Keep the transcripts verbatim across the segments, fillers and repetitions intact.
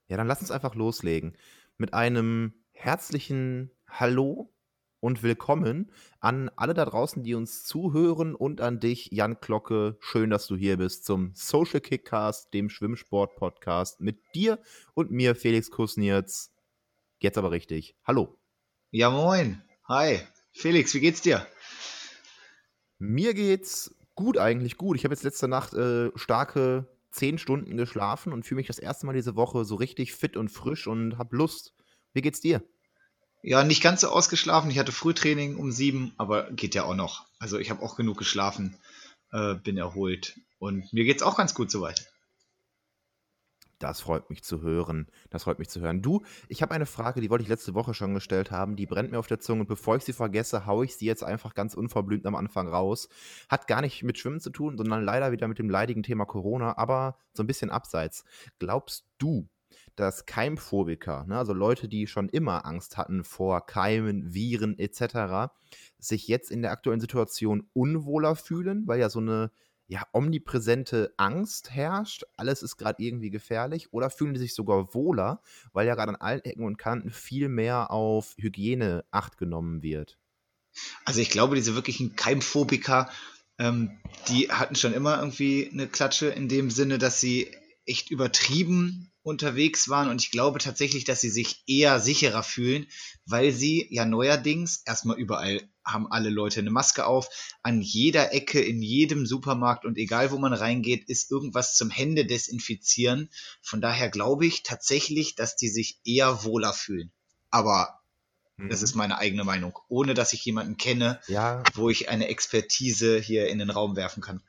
Ja, dann lass uns einfach loslegen mit einem herzlichen Hallo und Willkommen an alle da draußen, die uns zuhören und an dich, Jan Glocke. Schön, dass du hier bist zum Social Kickcast, dem Schwimmsport-Podcast mit dir und mir, Felix Kusnierz. Jetzt aber richtig. Hallo. Ja, moin. Hi. Felix, wie geht's dir? Mir geht's gut eigentlich, gut. Ich habe jetzt letzte Nacht äh, starke zehn Stunden geschlafen und fühle mich das erste Mal diese Woche so richtig fit und frisch und habe Lust. Wie geht's dir? Ja, nicht ganz so ausgeschlafen. Ich hatte Frühtraining um sieben, aber geht ja auch noch. Also ich habe auch genug geschlafen, äh, bin erholt und mir geht's auch ganz gut soweit. Das freut mich zu hören. Das freut mich zu hören. Du, ich habe eine Frage, die wollte ich letzte Woche schon gestellt haben. Die brennt mir auf der Zunge und bevor ich sie vergesse, haue ich sie jetzt einfach ganz unverblümt am Anfang raus. Hat gar nicht mit Schwimmen zu tun, sondern leider wieder mit dem leidigen Thema Corona, aber so ein bisschen abseits. Glaubst du, dass Keimphobiker, ne, also Leute, die schon immer Angst hatten vor Keimen, Viren et cetera, sich jetzt in der aktuellen Situation unwohler fühlen, weil ja so eine ja, omnipräsente Angst herrscht, alles ist gerade irgendwie gefährlich, oder fühlen die sich sogar wohler, weil ja gerade an allen Ecken und Kanten viel mehr auf Hygiene Acht genommen wird? Also ich glaube, diese wirklichen Keimphobiker, ähm, die hatten schon immer irgendwie eine Klatsche in dem Sinne, dass sie echt übertrieben unterwegs waren und ich glaube tatsächlich, dass sie sich eher sicherer fühlen, weil sie ja neuerdings erstmal überall haben alle Leute eine Maske auf, an jeder Ecke, in jedem Supermarkt und egal wo man reingeht, ist irgendwas zum Hände desinfizieren. Von daher glaube ich tatsächlich, dass die sich eher wohler fühlen. Aber das ist Mhm. meine eigene Meinung, ohne dass ich jemanden kenne, Ja, wo ich eine Expertise hier in den Raum werfen kann.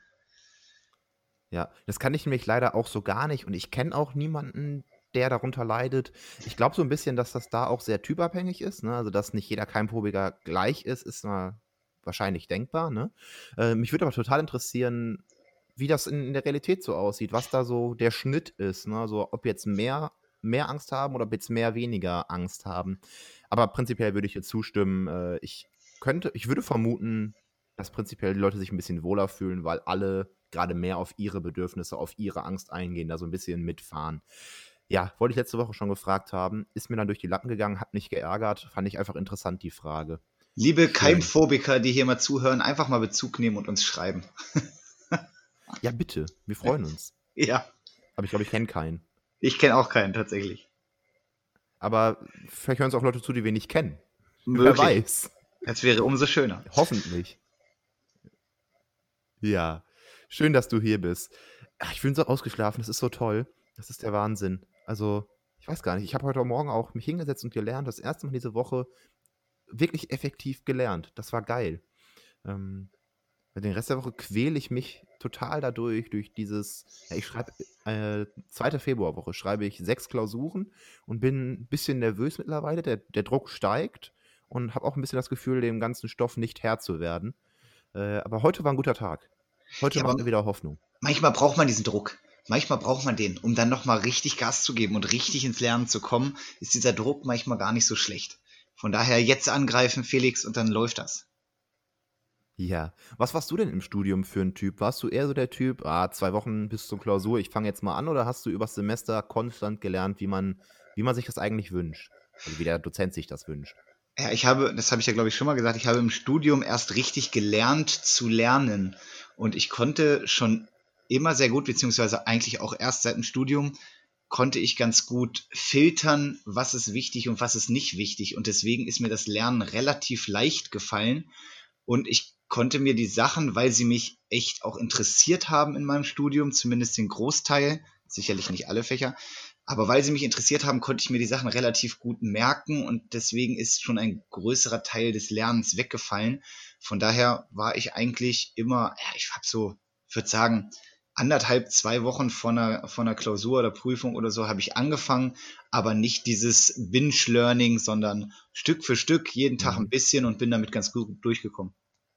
ja, das kann ich nämlich leider auch so gar nicht und ich kenne auch niemanden, der darunter leidet. Ich glaube so ein bisschen, dass das da auch sehr typabhängig ist, ne? Also, dass nicht jeder Keimphobiker gleich ist, ist mal wahrscheinlich denkbar, ne? Äh, mich würde aber total interessieren, wie das in in der Realität so aussieht, was da so der Schnitt ist, ne? Also, ob jetzt mehr mehr Angst haben oder ob jetzt mehr weniger Angst haben. Aber prinzipiell würde ich dir zustimmen. Äh, ich könnte ich würde vermuten, dass prinzipiell die Leute sich ein bisschen wohler fühlen, weil alle gerade mehr auf ihre Bedürfnisse, auf ihre Angst eingehen, da so ein bisschen mitfahren. Ja, wollte ich letzte Woche schon gefragt haben, ist mir dann durch die Lappen gegangen, hat mich geärgert, fand ich einfach interessant, die Frage. Liebe Schön. Keimphobiker, die hier mal zuhören, einfach mal Bezug nehmen und uns schreiben. Ja, bitte, wir freuen uns. Ja, Aber ich glaube, ich kenne keinen. ich kenne auch keinen tatsächlich. Aber vielleicht hören es auch Leute zu, die wir nicht kennen. Wer Möglich. weiß. Das wäre umso schöner. Hoffentlich. Ja, schön, dass du hier bist. Ach, ich bin so ausgeschlafen, das ist so toll. Das ist der Wahnsinn. Also, ich weiß gar nicht, ich habe heute Morgen auch mich hingesetzt und gelernt, das erste Mal diese Woche wirklich effektiv gelernt. Das war geil. Ähm, Weil den Rest der Woche quäle ich mich total dadurch, durch dieses, ja, ich schreibe, äh, zweite Februarwoche schreibe ich sechs Klausuren und bin ein bisschen nervös mittlerweile. Der, der Druck steigt und habe auch ein bisschen das Gefühl, dem ganzen Stoff nicht Herr zu werden. Äh, aber heute war ein guter Tag. Heute Ja, macht aber mir wieder Hoffnung. manchmal braucht man diesen Druck. Manchmal braucht man den, um dann nochmal richtig Gas zu geben und richtig ins Lernen zu kommen, ist dieser Druck manchmal gar nicht so schlecht. Von daher jetzt angreifen, Felix, und dann läuft das. Ja. Was warst du denn im Studium für ein Typ? Warst du eher so der Typ, ah, zwei Wochen bis zur Klausur, ich fange jetzt mal an, oder hast du übers Semester konstant gelernt, wie man, wie man sich das eigentlich wünscht? Also wie der Dozent sich das wünscht? Ja, ich habe, das habe ich ja glaube ich schon mal gesagt, ich habe im Studium erst richtig gelernt zu lernen. Und ich konnte schon immer sehr gut, beziehungsweise eigentlich auch erst seit dem Studium, konnte ich ganz gut filtern, was ist wichtig und was ist nicht wichtig. Und deswegen ist mir das Lernen relativ leicht gefallen. Und ich konnte mir die Sachen, weil sie mich echt auch interessiert haben in meinem Studium, zumindest den Großteil, sicherlich nicht alle Fächer, aber weil sie mich interessiert haben, konnte ich mir die Sachen relativ gut merken und deswegen ist schon ein größerer Teil des Lernens weggefallen. Von daher war ich eigentlich immer, ja, ich habe so, ich würde sagen, anderthalb, zwei Wochen vor einer, vor einer Klausur oder Prüfung oder so habe ich angefangen, aber nicht dieses Binge-Learning, sondern Stück für Stück, jeden Tag ein Mhm. bisschen und bin damit ganz gut durchgekommen.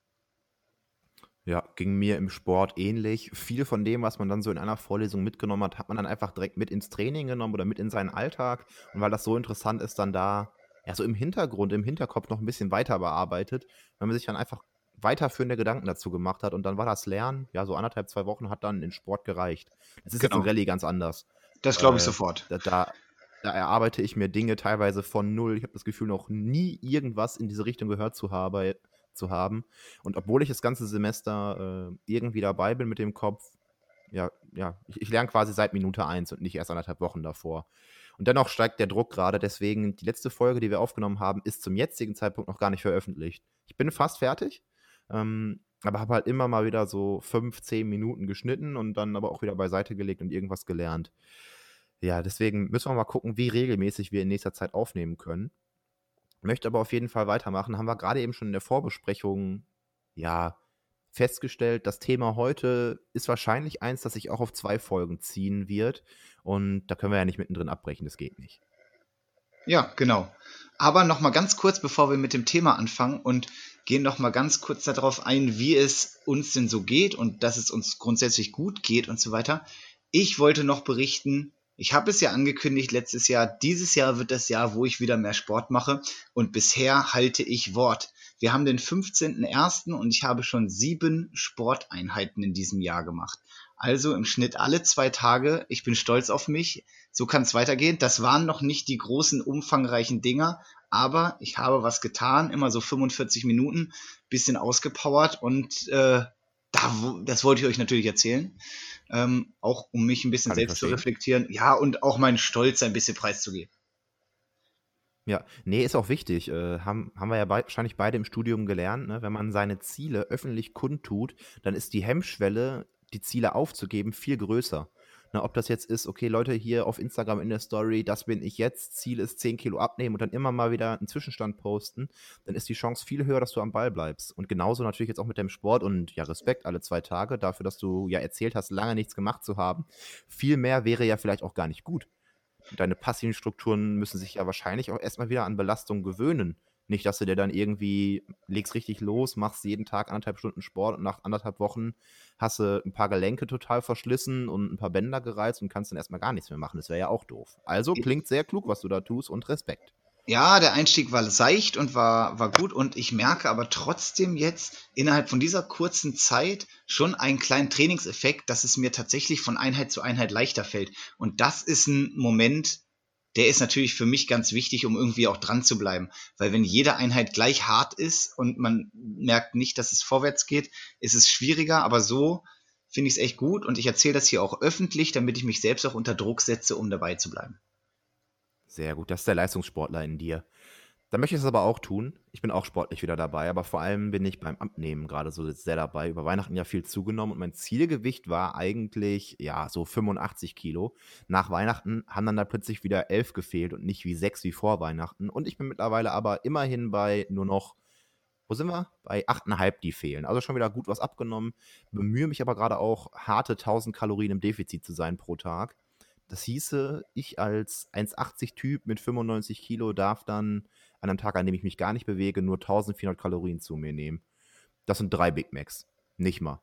Ja, ging mir im Sport ähnlich. Viel von dem, was man dann so in einer Vorlesung mitgenommen hat, hat man dann einfach direkt mit ins Training genommen oder mit in seinen Alltag. Und weil das so interessant ist, dann da, ja, so im Hintergrund, im Hinterkopf noch ein bisschen weiter bearbeitet, weil man sich dann einfach weiterführende Gedanken dazu gemacht hat. Und dann war das Lernen, ja, so anderthalb, zwei Wochen hat dann in Sport gereicht. Das ist jetzt in Genau, Rallye ganz anders. das glaube ich Äh, sofort. da, da da erarbeite ich mir Dinge teilweise von null. Ich habe das Gefühl, noch nie irgendwas in diese Richtung gehört zu, habe, zu haben. Und obwohl ich das ganze Semester äh, irgendwie dabei bin mit dem Kopf, ja, ja, ich, ich lerne quasi seit Minute eins und nicht erst anderthalb Wochen davor. Und dennoch steigt der Druck gerade, deswegen die letzte Folge, die wir aufgenommen haben, ist zum jetzigen Zeitpunkt noch gar nicht veröffentlicht. Ich bin fast fertig, ähm, aber habe halt immer mal wieder so fünf, zehn Minuten geschnitten und dann aber auch wieder beiseite gelegt und irgendwas gelernt. Ja, deswegen müssen wir mal gucken, wie regelmäßig wir in nächster Zeit aufnehmen können. Möchte aber auf jeden Fall weitermachen. Haben wir gerade eben schon in der Vorbesprechung, ja, festgestellt, das Thema heute ist wahrscheinlich eins, das sich auch auf zwei Folgen ziehen wird. Und da können wir ja nicht mittendrin abbrechen, das geht nicht. Ja, genau. Aber noch mal ganz kurz, bevor wir mit dem Thema anfangen und gehen noch mal ganz kurz darauf ein, wie es uns denn so geht und dass es uns grundsätzlich gut geht und so weiter. Ich wollte noch berichten, ich habe es ja angekündigt letztes Jahr, dieses Jahr wird das Jahr, wo ich wieder mehr Sport mache und bisher halte ich Wort. Wir haben den fünfzehnten ersten und ich habe schon sieben Sporteinheiten in diesem Jahr gemacht. Also im Schnitt alle zwei Tage. Ich bin stolz auf mich. So kann es weitergehen. Das waren noch nicht die großen, umfangreichen Dinger, aber ich habe was getan, immer so fünfundvierzig Minuten, bisschen ausgepowert und äh, da, das wollte ich euch natürlich erzählen. Ähm, auch um mich ein bisschen Kann ich selbst zu verstehen. reflektieren. Ja, und auch meinen Stolz ein bisschen preiszugeben. Ja, nee, ist auch wichtig. Äh, haben, haben wir ja bei, wahrscheinlich beide im Studium gelernt, ne? Wenn man seine Ziele öffentlich kundtut, dann ist die Hemmschwelle, die Ziele aufzugeben, viel größer. Ne, ob das jetzt ist, okay, Leute, hier auf Instagram in der Story, das bin ich jetzt, Ziel ist zehn Kilo abnehmen und dann immer mal wieder einen Zwischenstand posten, dann ist die Chance viel höher, dass du am Ball bleibst. Und genauso natürlich jetzt auch mit dem Sport und ja, Respekt alle zwei Tage dafür, dass du ja erzählt hast, lange nichts gemacht zu haben. Viel mehr wäre ja vielleicht auch gar nicht gut. Deine passiven Strukturen müssen sich ja wahrscheinlich auch erstmal wieder an Belastung gewöhnen. Nicht, dass du dir dann irgendwie legst richtig los, machst jeden Tag anderthalb Stunden Sport und nach anderthalb Wochen hast du ein paar Gelenke total verschlissen und ein paar Bänder gereizt und kannst dann erstmal gar nichts mehr machen. Das wäre ja auch doof. Also klingt sehr klug, was du da tust und Respekt. Ja, der Einstieg war seicht und war, war gut und ich merke aber trotzdem jetzt innerhalb von dieser kurzen Zeit schon einen kleinen Trainingseffekt, dass es mir tatsächlich von Einheit zu Einheit leichter fällt. Und das ist ein Moment, der ist natürlich für mich ganz wichtig, um irgendwie auch dran zu bleiben. Weil wenn jede Einheit gleich hart ist und man merkt nicht, dass es vorwärts geht, ist es schwieriger, aber so finde ich es echt gut und ich erzähle das hier auch öffentlich, damit ich mich selbst auch unter Druck setze, um dabei zu bleiben. Sehr gut, das ist der Leistungssportler in dir. Dann möchte ich es aber auch tun. Ich bin auch sportlich wieder dabei, aber vor allem bin ich beim Abnehmen gerade so sehr dabei. Über Weihnachten ja viel zugenommen und mein Zielgewicht war eigentlich, ja, so fünfundachtzig Kilo. Nach Weihnachten haben dann da plötzlich wieder elf gefehlt und nicht wie sechs wie vor Weihnachten. Und ich bin mittlerweile aber immerhin bei nur noch, wo sind wir? Bei acht Komma fünf, die fehlen. Also schon wieder gut was abgenommen. Bemühe mich aber gerade auch, harte tausend Kalorien im Defizit zu sein pro Tag. Das hieße, ich als eins Komma achtzig Typ mit fünfundneunzig Kilo darf dann an einem Tag, an dem ich mich gar nicht bewege, nur eintausendvierhundert Kalorien zu mir nehmen. Das sind drei Big Macs. Nicht mal.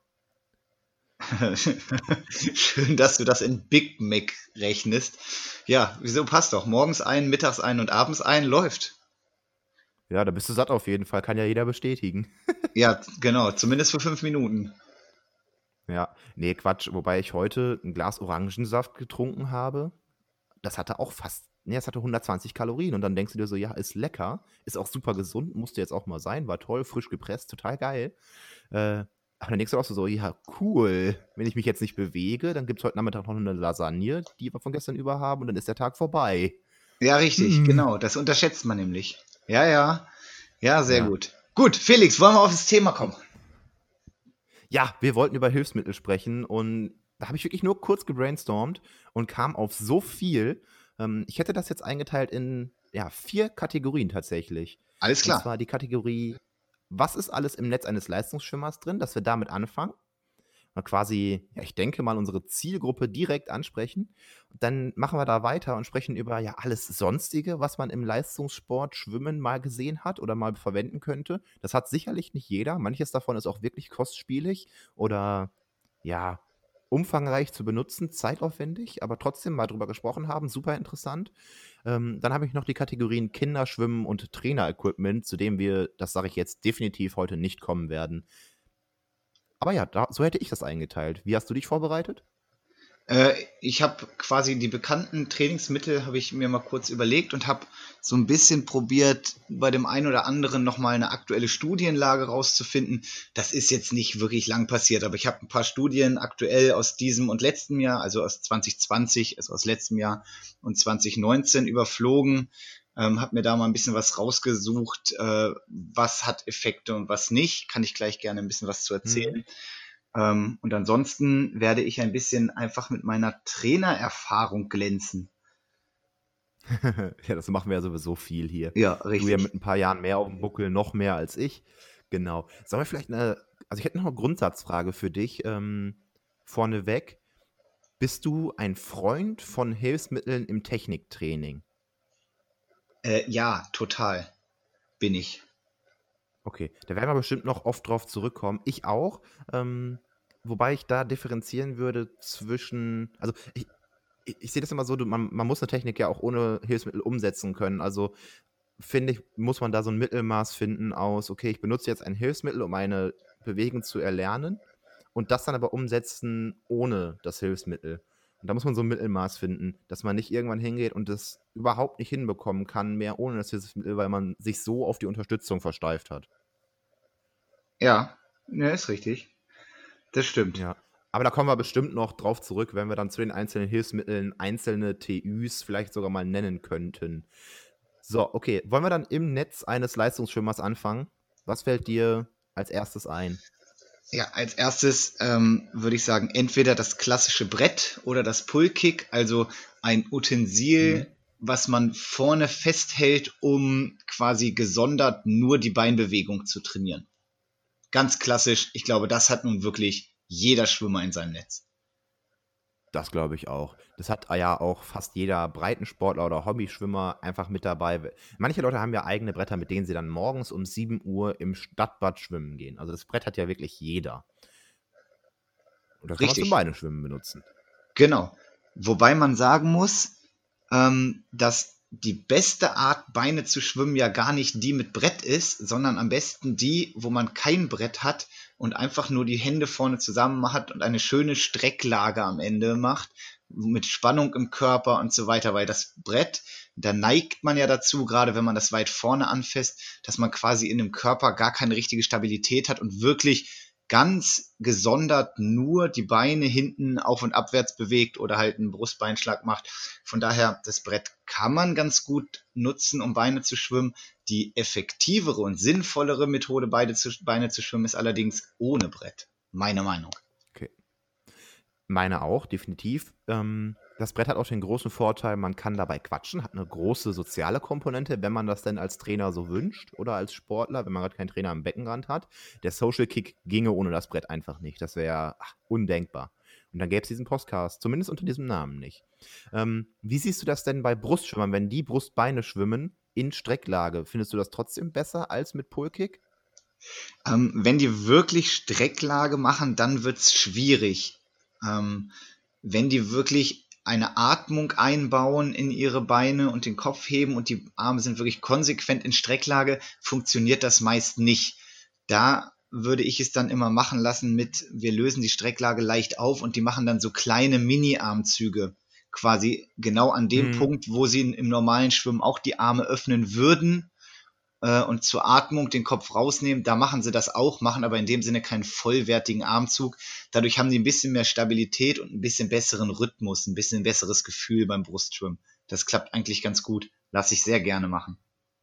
Schön, dass du das in Big Mac rechnest. Ja, wieso passt doch. Morgens ein, mittags ein und abends ein, läuft. Ja, da bist du satt auf jeden Fall, kann ja jeder bestätigen. Ja, genau, zumindest für fünf Minuten. Ja, nee, Quatsch. Wobei ich heute ein Glas Orangensaft getrunken habe. Das hatte auch fast, nee, es hatte hundertzwanzig Kalorien. Und dann denkst du dir so, ja, ist lecker, ist auch super gesund, musste jetzt auch mal sein, war toll, frisch gepresst, total geil. Äh, aber dann denkst du auch so, so, ja, cool. Wenn ich mich jetzt nicht bewege, dann gibt es heute Nachmittag noch eine Lasagne, die wir von gestern über haben, und dann ist der Tag vorbei. Ja, richtig, Hm. genau. Das unterschätzt man nämlich. Ja, ja. Ja, sehr Ja. gut. Gut, Felix, wollen wir auf das Thema kommen? Ja, wir wollten über Hilfsmittel sprechen und da habe ich wirklich nur kurz gebrainstormt und kam auf so viel. Ähm, ich hätte das jetzt eingeteilt in ja, vier Kategorien tatsächlich. Alles Und klar. zwar die Kategorie, was ist alles im Netz eines Leistungsschwimmers drin, dass wir damit anfangen. Mal quasi, ja, ich denke mal, unsere Zielgruppe direkt ansprechen. Und dann machen wir da weiter und sprechen über ja alles Sonstige, was man im Leistungssport Schwimmen mal gesehen hat oder mal verwenden könnte. Das hat sicherlich nicht jeder. Manches davon ist auch wirklich kostspielig oder ja, umfangreich zu benutzen, zeitaufwendig, aber trotzdem mal drüber gesprochen haben, super interessant. Ähm, dann habe ich noch die Kategorien Kinderschwimmen und Trainerequipment, zu dem wir, das sage ich jetzt, definitiv heute nicht kommen werden. Aber ja, da, so hätte ich das eingeteilt. Wie hast du dich vorbereitet? Äh, ich habe quasi die bekannten Trainingsmittel habe ich mir mal kurz überlegt und habe so ein bisschen probiert, bei dem einen oder anderen nochmal eine aktuelle Studienlage rauszufinden. Das ist jetzt nicht wirklich lang passiert, aber ich habe ein paar Studien aktuell aus diesem und letztem Jahr, also aus zwanzig zwanzig, also aus letztem Jahr und zwanzig neunzehn überflogen, ähm, habe mir da mal ein bisschen was rausgesucht, äh, was hat Effekte und was nicht. Kann ich gleich gerne ein bisschen was zu Mhm. erzählen. Ähm, und ansonsten werde ich ein bisschen einfach mit meiner Trainererfahrung glänzen. Ja, das machen wir ja sowieso viel hier. Ja, Du ja richtig. mit ein paar Jahren mehr auf dem Buckel, noch mehr als ich. Genau. Sollen wir vielleicht eine, also ich hätte noch eine Grundsatzfrage für dich, ähm, vorneweg. Bist du ein Freund von Hilfsmitteln im Techniktraining? Äh, ja, total bin ich. Okay, da werden wir bestimmt noch oft drauf zurückkommen. Ich auch, ähm, wobei ich da differenzieren würde zwischen, also ich, ich, ich sehe das immer so, du, man, man muss eine Technik ja auch ohne Hilfsmittel umsetzen können. Also finde ich, muss man da so ein Mittelmaß finden aus, okay, ich benutze jetzt ein Hilfsmittel, um eine Bewegung zu erlernen und das dann aber umsetzen ohne das Hilfsmittel. Und da muss man so ein Mittelmaß finden, dass man nicht irgendwann hingeht und das überhaupt nicht hinbekommen kann, mehr ohne das Hilfsmittel, weil man sich so auf die Unterstützung versteift hat. Ja, ja, ist richtig. Das stimmt. Ja. Aber da kommen wir bestimmt noch drauf zurück, wenn wir dann zu den einzelnen Hilfsmitteln einzelne T Üs vielleicht sogar mal nennen könnten. So, okay. Wollen wir dann im Netz eines Leistungsschwimmers anfangen? Was fällt dir als erstes ein? Ja, als erstes ähm, würde ich sagen, entweder das klassische Brett oder das Pullkick, also ein Mhm. Utensil, was man vorne festhält, um quasi gesondert nur die Beinbewegung zu trainieren. Ganz klassisch, ich glaube, das hat nun wirklich jeder Schwimmer in seinem Netz. Das glaube ich auch. Das hat ja auch fast jeder Breitensportler oder Hobbyschwimmer einfach mit dabei. Manche Leute haben ja eigene Bretter, mit denen sie dann morgens um sieben Uhr im Stadtbad schwimmen gehen. Also das Brett hat ja wirklich jeder. Und das kann man zum Richtig. Beineschwimmen benutzen. Genau. Wobei man sagen muss, ähm, dass die beste Art, Beine zu schwimmen, ja gar nicht die mit Brett ist, sondern am besten die, wo man kein Brett hat und einfach nur die Hände vorne zusammen hat und eine schöne Strecklage am Ende macht, mit Spannung im Körper und so weiter, weil das Brett, da neigt man ja dazu, gerade wenn man das weit vorne anfasst, dass man quasi in dem Körper gar keine richtige Stabilität hat und wirklich ganz gesondert nur die Beine hinten auf und abwärts bewegt oder halt einen Brustbeinschlag macht. Von daher, das Brett kann man ganz gut nutzen, um Beine zu schwimmen. Die effektivere und sinnvollere Methode, Beine zu, Beine zu schwimmen, ist allerdings ohne Brett. Meine Meinung. Okay. Meine auch, definitiv. Ähm, das Brett hat auch den großen Vorteil, man kann dabei quatschen, hat eine große soziale Komponente, wenn man das denn als Trainer so wünscht oder als Sportler, wenn man gerade keinen Trainer am Beckenrand hat. Der Social Kick ginge ohne das Brett einfach nicht. Das wäre undenkbar. Und dann gäbe es diesen Podcast, zumindest unter diesem Namen nicht. Ähm, wie siehst du das denn bei Brustschwimmern, wenn die Brustbeine schwimmen in Strecklage? Findest du das trotzdem besser als mit Pullkick? Ähm, wenn die wirklich Strecklage machen, dann wird's schwierig. Ähm, wenn die wirklich eine Atmung einbauen in ihre Beine und den Kopf heben und die Arme sind wirklich konsequent in Strecklage, funktioniert das meist nicht. Da würde ich es dann immer machen lassen mit, wir lösen die Strecklage leicht auf und die machen dann so kleine Mini-Armzüge, quasi genau an dem Mhm. Punkt, wo sie im normalen Schwimmen auch die Arme öffnen würden, äh, und zur Atmung den Kopf rausnehmen. Da machen sie das auch, machen aber in dem Sinne keinen vollwertigen Armzug. Dadurch haben die ein bisschen mehr Stabilität und ein bisschen besseren Rhythmus, ein bisschen besseres Gefühl beim Brustschwimmen. Das klappt eigentlich ganz gut. Lass ich sehr gerne machen.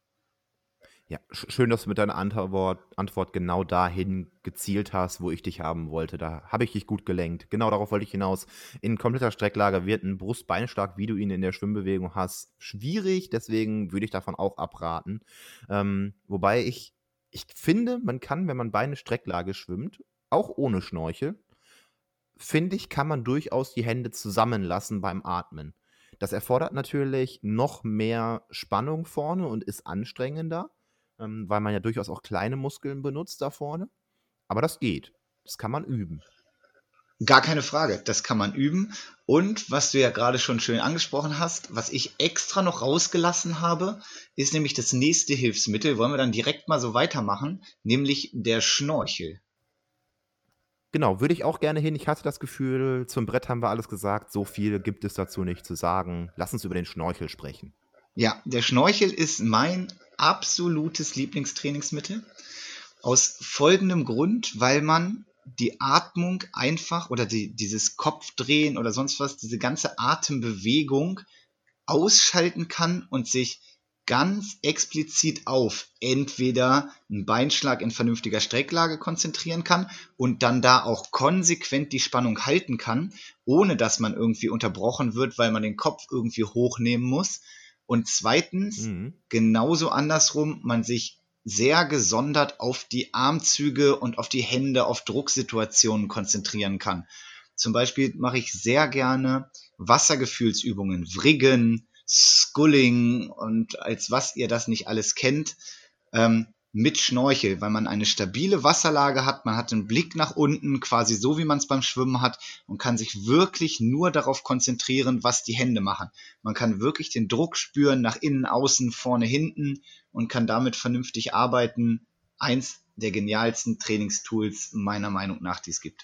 Ja, sch schön, dass du mit deiner Antwort Antwort genau dahin gezielt hast, wo ich dich haben wollte. Da habe ich dich gut gelenkt. Genau darauf wollte ich hinaus. In kompletter Strecklage wird ein Brustbeinschlag, wie du ihn in der Schwimmbewegung hast, schwierig. Deswegen würde ich davon auch abraten. Ähm, wobei ich, ich finde, man kann, wenn man Beine Strecklage schwimmt, auch ohne Schnorchel, finde ich, kann man durchaus die Hände zusammenlassen beim Atmen. Das erfordert natürlich noch mehr Spannung vorne und ist anstrengender, ähm, weil man ja durchaus auch kleine Muskeln benutzt da vorne. Aber das geht. Das kann man üben. Gar keine Frage, das kann man üben. Und was du ja gerade schon schön angesprochen hast, was ich extra noch rausgelassen habe, ist nämlich das nächste Hilfsmittel. Wollen wir dann direkt mal so weitermachen, nämlich der Schnorchel. Genau, würde ich auch gerne hin. Ich hatte das Gefühl, zum Brett haben wir alles gesagt. So viel gibt es dazu nicht zu sagen. Lass uns über den Schnorchel sprechen. Ja, der Schnorchel ist mein absolutes Lieblingstrainingsmittel. Aus folgendem Grund, weil man die Atmung einfach oder die, dieses Kopfdrehen oder sonst was, diese ganze Atembewegung ausschalten kann und sich ganz explizit auf entweder einen Beinschlag in vernünftiger Strecklage konzentrieren kann und dann da auch konsequent die Spannung halten kann, ohne dass man irgendwie unterbrochen wird, weil man den Kopf irgendwie hochnehmen muss. Und zweitens, Mhm. genauso andersrum, man sich sehr gesondert auf die Armzüge und auf die Hände, auf Drucksituationen konzentrieren kann. Zum Beispiel mache ich sehr gerne Wassergefühlsübungen, Vriggen, Sculling und als was ihr das nicht alles kennt, ähm, mit Schnorchel, weil man eine stabile Wasserlage hat, man hat einen Blick nach unten, quasi so wie man es beim Schwimmen hat und kann sich wirklich nur darauf konzentrieren, was die Hände machen. Man kann wirklich den Druck spüren, nach innen, außen, vorne, hinten und kann damit vernünftig arbeiten. Eins der genialsten Trainingstools meiner Meinung nach, die es gibt.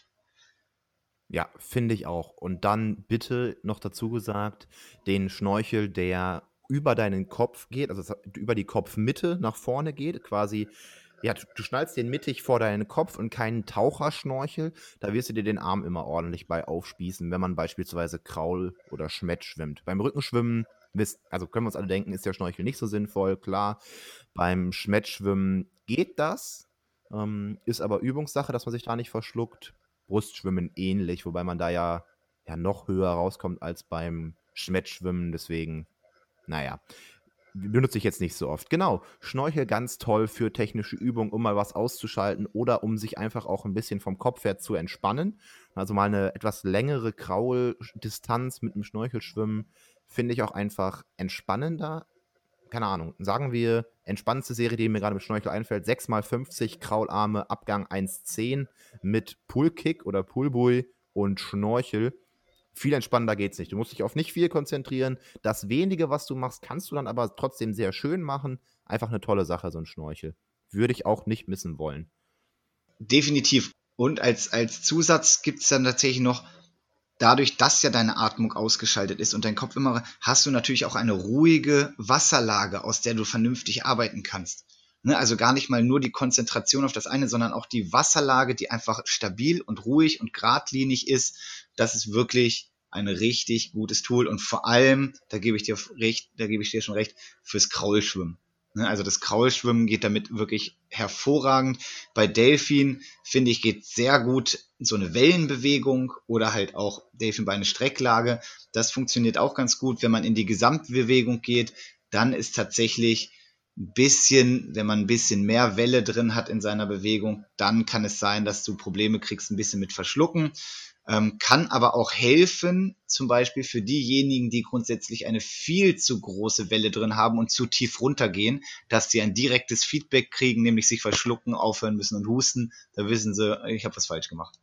Ja, finde ich auch. Und dann bitte noch dazu gesagt, den Schnorchel, der über deinen Kopf geht, also das- über die Kopfmitte nach vorne geht, quasi, ja, du, du schnallst den mittig vor deinen Kopf und keinen Taucherschnorchel, da wirst du dir den Arm immer ordentlich bei aufspießen, wenn man beispielsweise Kraul oder Schmett schwimmt. Beim Rückenschwimmen, wisst, also können wir uns alle denken, ist der Schnorchel nicht so sinnvoll, klar. Beim Schmettschwimmen geht das, ähm, ist aber Übungssache, dass man sich da nicht verschluckt. Brustschwimmen ähnlich, wobei man da ja, ja noch höher rauskommt als beim Schmettschwimmen. Deswegen, naja, benutze ich jetzt nicht so oft. Genau, Schnorchel ganz toll für technische Übungen, um mal was auszuschalten oder um sich einfach auch ein bisschen vom Kopf her zu entspannen. Also mal eine etwas längere Krauldistanz mit dem Schnorchelschwimmen finde ich auch einfach entspannender. Keine Ahnung, sagen wir, entspannendste Serie, die mir gerade mit Schnorchel einfällt, sechs mal fünfzig, Kraularme, Abgang eins Komma zehn mit Pullkick oder Pullbuoy und Schnorchel. Viel entspannender geht's nicht. Du musst dich auf nicht viel konzentrieren. Das wenige, was du machst, kannst du dann aber trotzdem sehr schön machen. Einfach eine tolle Sache, so ein Schnorchel. Würde ich auch nicht missen wollen. Definitiv. Und als, als Zusatz gibt es dann tatsächlich noch, dadurch, dass ja deine Atmung ausgeschaltet ist und dein Kopf immer, hast du natürlich auch eine ruhige Wasserlage, aus der du vernünftig arbeiten kannst. Ne? Also gar nicht mal nur die Konzentration auf das eine, sondern auch die Wasserlage, die einfach stabil und ruhig und geradlinig ist. Das ist wirklich ein richtig gutes Tool und vor allem, da gebe ich dir recht, da gebe ich dir schon recht, fürs Kraulschwimmen. Ne? Also das Kraulschwimmen geht damit wirklich hervorragend. Bei Delfin, finde ich, geht sehr gut so eine Wellenbewegung oder halt auch Delfinbeine Strecklage. Das funktioniert auch ganz gut. Wenn man in die Gesamtbewegung geht, dann ist tatsächlich ein bisschen, wenn man ein bisschen mehr Welle drin hat in seiner Bewegung, dann kann es sein, dass du Probleme kriegst, ein bisschen mit Verschlucken. Ähm, kann aber auch helfen, zum Beispiel für diejenigen, die grundsätzlich eine viel zu große Welle drin haben und zu tief runtergehen, dass sie ein direktes Feedback kriegen, nämlich sich verschlucken, aufhören müssen und husten. Da wissen sie, ich habe was falsch gemacht.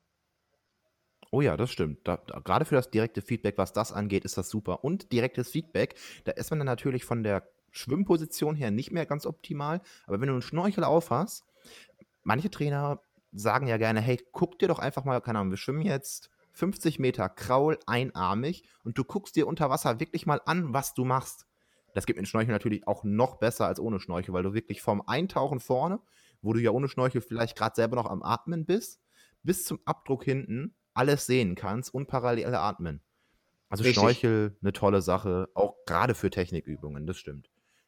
Oh ja, das stimmt. Da, da, gerade für das direkte Feedback, was das angeht, ist das super. Und direktes Feedback, da ist man dann natürlich von der Schwimmposition her nicht mehr ganz optimal. Aber wenn du einen Schnorchel aufhast, manche Trainer sagen ja gerne, hey, guck dir doch einfach mal, keine Ahnung, wir schwimmen jetzt fünfzig Meter Kraul einarmig und du guckst dir unter Wasser wirklich mal an, was du machst. Das geht mit dem Schnorchel natürlich auch noch besser als ohne Schnorchel, weil du wirklich vom Eintauchen vorne, wo du ja ohne Schnorchel vielleicht gerade selber noch am Atmen bist, bis zum Abdruck hinten alles sehen kannst und parallel atmen. Also Richtig. Schnorchel, eine tolle Sache, auch gerade für Technikübungen, das stimmt.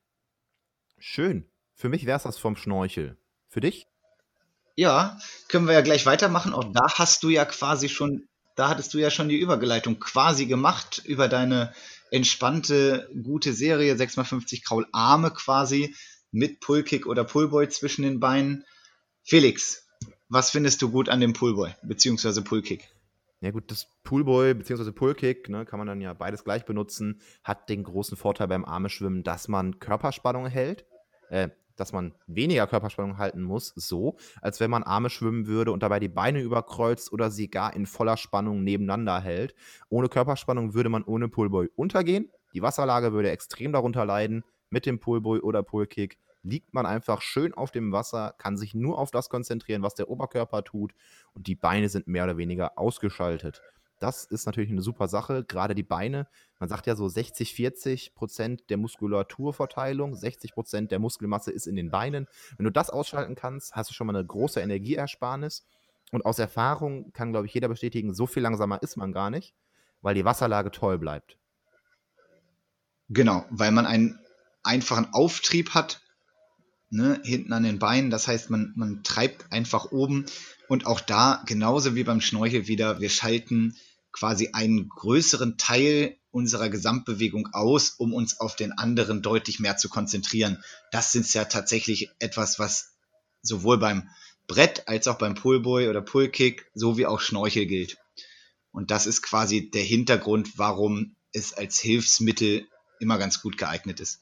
Schön. Für mich wäre es das vom Schnorchel. Für dich? Ja, können wir ja gleich weitermachen. Auch da hast du ja quasi schon, da hattest du ja schon die Übergeleitung quasi gemacht über deine entspannte, gute Serie, sechs mal fünfzig Kraularme quasi mit Pullkick oder Pullboy zwischen den Beinen. Felix, was findest du gut an dem Pullboy beziehungsweise Pullkick? Ja gut, das Poolboy bzw. Pullkick, ne, kann man dann ja beides gleich benutzen, hat den großen Vorteil beim Armeschwimmen, dass man Körperspannung hält, äh, dass man weniger Körperspannung halten muss, so, als wenn man Arme schwimmen würde und dabei die Beine überkreuzt oder sie gar in voller Spannung nebeneinander hält. Ohne Körperspannung würde man ohne Pullboy untergehen, die Wasserlage würde extrem darunter leiden, mit dem Pullboy oder Pullkick liegt man einfach schön auf dem Wasser, kann sich nur auf das konzentrieren, was der Oberkörper tut und die Beine sind mehr oder weniger ausgeschaltet. Das ist natürlich eine super Sache, gerade die Beine. Man sagt ja so sechzig, vierzig Prozent der Muskulaturverteilung, sechzig Prozent der Muskelmasse ist in den Beinen. Wenn du das ausschalten kannst, hast du schon mal eine große Energieersparnis. Und aus Erfahrung kann, glaube ich, jeder bestätigen, so viel langsamer ist man gar nicht, weil die Wasserlage toll bleibt. Genau, weil man einen einfachen Auftrieb hat, ne, hinten an den Beinen. Das heißt, man, man treibt einfach oben. Und auch da, genauso wie beim Schnorchel wieder, wir schalten quasi einen größeren Teil unserer Gesamtbewegung aus, um uns auf den anderen deutlich mehr zu konzentrieren. Das ist ja tatsächlich etwas, was sowohl beim Brett als auch beim Pullboy oder Pullkick sowie auch Schnorchel gilt. Und das ist quasi der Hintergrund, warum es als Hilfsmittel immer ganz gut geeignet ist.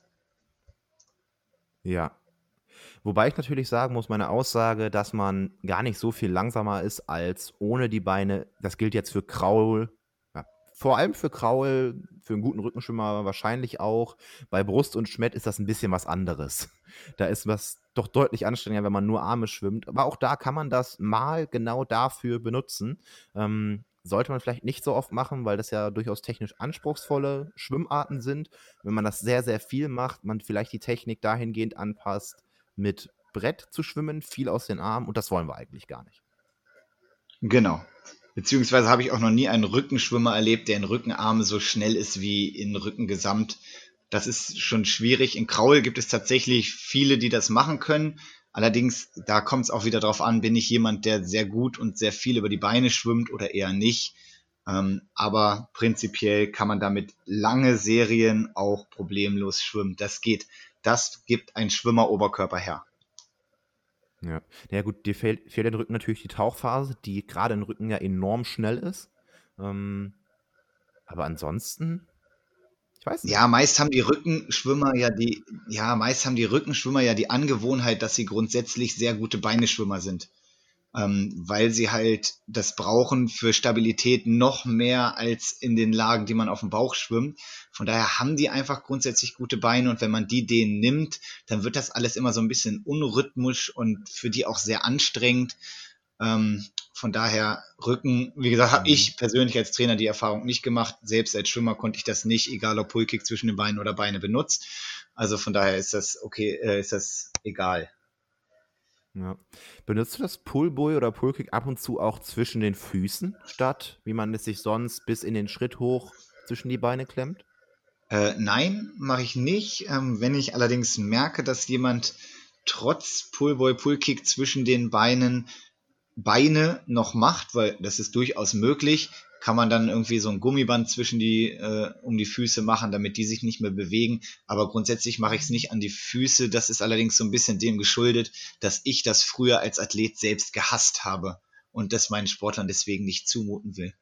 Ja. Wobei ich natürlich sagen muss, meine Aussage, dass man gar nicht so viel langsamer ist als ohne die Beine, das gilt jetzt für Kraul, ja, vor allem für Kraul, für einen guten Rückenschwimmer wahrscheinlich auch. Bei Brust und Schmett ist das ein bisschen was anderes. Da ist was doch deutlich anstrengender, wenn man nur Arme schwimmt. Aber auch da kann man das mal genau dafür benutzen. Ähm, sollte man vielleicht nicht so oft machen, weil das ja durchaus technisch anspruchsvolle Schwimmarten sind. Wenn man das sehr, sehr viel macht, man vielleicht die Technik dahingehend anpasst, mit Brett zu schwimmen, viel aus den Armen und das wollen wir eigentlich gar nicht. Genau. Beziehungsweise habe ich auch noch nie einen Rückenschwimmer erlebt, der in Rückenarme so schnell ist wie in Rückengesamt. Das ist schon schwierig. In Kraul gibt es tatsächlich viele, die das machen können. Allerdings, da kommt es auch wieder drauf an, bin ich jemand, der sehr gut und sehr viel über die Beine schwimmt oder eher nicht. Ähm, aber prinzipiell kann man damit lange Serien auch problemlos schwimmen. Das geht. Das gibt ein Schwimmer-Oberkörper her. Ja, ja gut, dir fehlt, fehlt im Rücken natürlich die Tauchphase, die gerade im Rücken ja enorm schnell ist. Ähm, aber ansonsten, ich weiß nicht. Ja, meist haben die Rückenschwimmer ja die, ja, meist haben die Rückenschwimmer ja die Angewohnheit, dass sie grundsätzlich sehr gute Beineschwimmer sind. Ähm, weil sie halt das brauchen für Stabilität noch mehr als in den Lagen, die man auf dem Bauch schwimmt. Von daher haben die einfach grundsätzlich gute Beine und wenn man die denen nimmt, dann wird das alles immer so ein bisschen unrhythmisch und für die auch sehr anstrengend. Ähm, von daher Rücken, wie gesagt, habe Mhm. ich persönlich als Trainer die Erfahrung nicht gemacht. Selbst als Schwimmer konnte ich das nicht, egal ob Pullkick zwischen den Beinen oder Beine benutzt. Also von daher ist das okay, äh, ist das egal. Ja. Benutzt du das Pullboy oder Pullkick ab und zu auch zwischen den Füßen, statt wie man es sich sonst bis in den Schritt hoch zwischen die Beine klemmt? Äh, nein, mache ich nicht. Ähm, wenn ich allerdings merke, dass jemand trotz Pullboy, Pullkick zwischen den Beinen Beine noch macht, weil das ist durchaus möglich, kann man dann irgendwie so ein Gummiband zwischen die, äh, um die Füße machen, damit die sich nicht mehr bewegen. Aber grundsätzlich mache ich es nicht an die Füße. Das ist allerdings so ein bisschen dem geschuldet, dass ich das früher als Athlet selbst gehasst habe und das meinen Sportlern deswegen nicht zumuten will.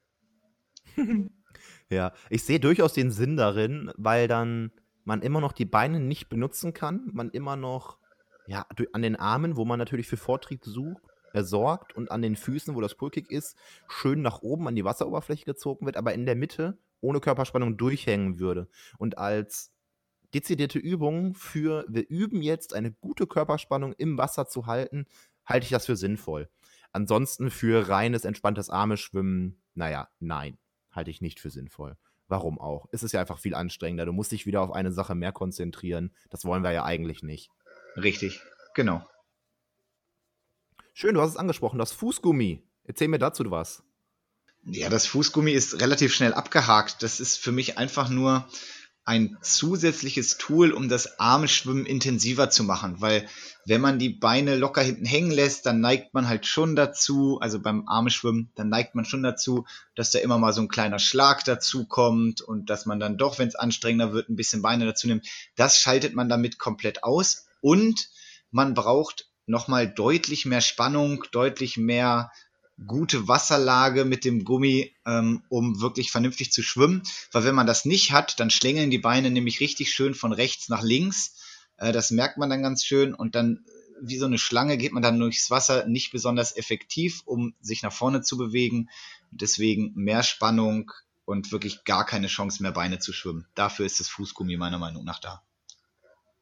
Ja, ich sehe durchaus den Sinn darin, weil dann man immer noch die Beine nicht benutzen kann, man immer noch, ja, du an den Armen, wo man natürlich für Vortrieb sucht äh, sorgt und an den Füßen, wo das Pullkick ist, schön nach oben an die Wasseroberfläche gezogen wird, aber in der Mitte ohne Körperspannung durchhängen würde. Und als dezidierte Übung für wir üben jetzt eine gute Körperspannung im Wasser zu halten, halte ich das für sinnvoll. Ansonsten für reines, entspanntes Armeschwimmen, naja, nein, halte ich nicht für sinnvoll. Warum auch? Es ist ja einfach viel anstrengender. Du musst dich wieder auf eine Sache mehr konzentrieren. Das wollen wir ja eigentlich nicht. Richtig, genau. Schön, du hast es angesprochen, das Fußgummi. Erzähl mir dazu was. Ja, das Fußgummi ist relativ schnell abgehakt. Das ist für mich einfach nur ein zusätzliches Tool, um das Armschwimmen intensiver zu machen, weil wenn man die Beine locker hinten hängen lässt, dann neigt man halt schon dazu, also beim Armschwimmen, dann neigt man schon dazu, dass da immer mal so ein kleiner Schlag dazu kommt und dass man dann doch, wenn es anstrengender wird, ein bisschen Beine dazu nimmt. Das schaltet man damit komplett aus und man braucht nochmal deutlich mehr Spannung, deutlich mehr gute Wasserlage mit dem Gummi, ähm, um wirklich vernünftig zu schwimmen. Weil wenn man das nicht hat, dann schlängeln die Beine nämlich richtig schön von rechts nach links. Äh, das merkt man dann ganz schön und dann wie so eine Schlange geht man dann durchs Wasser nicht besonders effektiv, um sich nach vorne zu bewegen. Deswegen mehr Spannung und wirklich gar keine Chance mehr Beine zu schwimmen. Dafür ist das Fußgummi meiner Meinung nach da.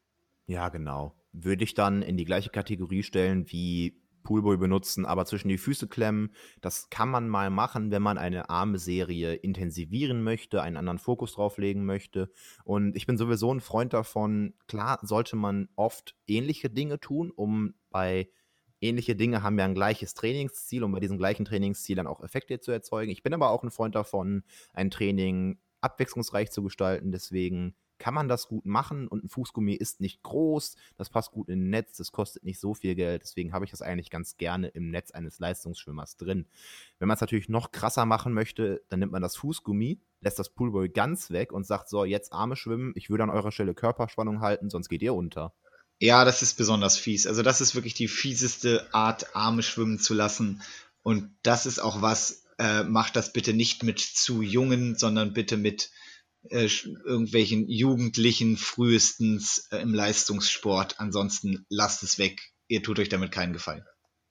Ja, genau. Würde ich dann in die gleiche Kategorie stellen wie Poolboy benutzen, aber zwischen die Füße klemmen. Das kann man mal machen, wenn man eine Armserie intensivieren möchte, einen anderen Fokus drauf legen möchte. Und ich bin sowieso ein Freund davon, klar sollte man oft ähnliche Dinge tun, um bei ähnliche Dinge haben ja ein gleiches Trainingsziel, um bei diesem gleichen Trainingsziel dann auch Effekte zu erzeugen. Ich bin aber auch ein Freund davon, ein Training abwechslungsreich zu gestalten. Deswegen kann man das gut machen und ein Fußgummi ist nicht groß, das passt gut in ein Netz, das kostet nicht so viel Geld, deswegen habe ich das eigentlich ganz gerne im Netz eines Leistungsschwimmers drin. Wenn man es natürlich noch krasser machen möchte, dann nimmt man das Fußgummi, lässt das Poolboy ganz weg und sagt, so, jetzt Arme schwimmen, ich würde an eurer Stelle Körperspannung halten, sonst geht ihr unter. Ja, das ist besonders fies. Also das ist wirklich die fieseste Art, Arme schwimmen zu lassen. Und das ist auch was, äh, macht das bitte nicht mit zu Jungen, sondern bitte mit äh, sch- irgendwelchen Jugendlichen frühestens äh, im Leistungssport. Ansonsten lasst es weg. Ihr tut euch damit keinen Gefallen.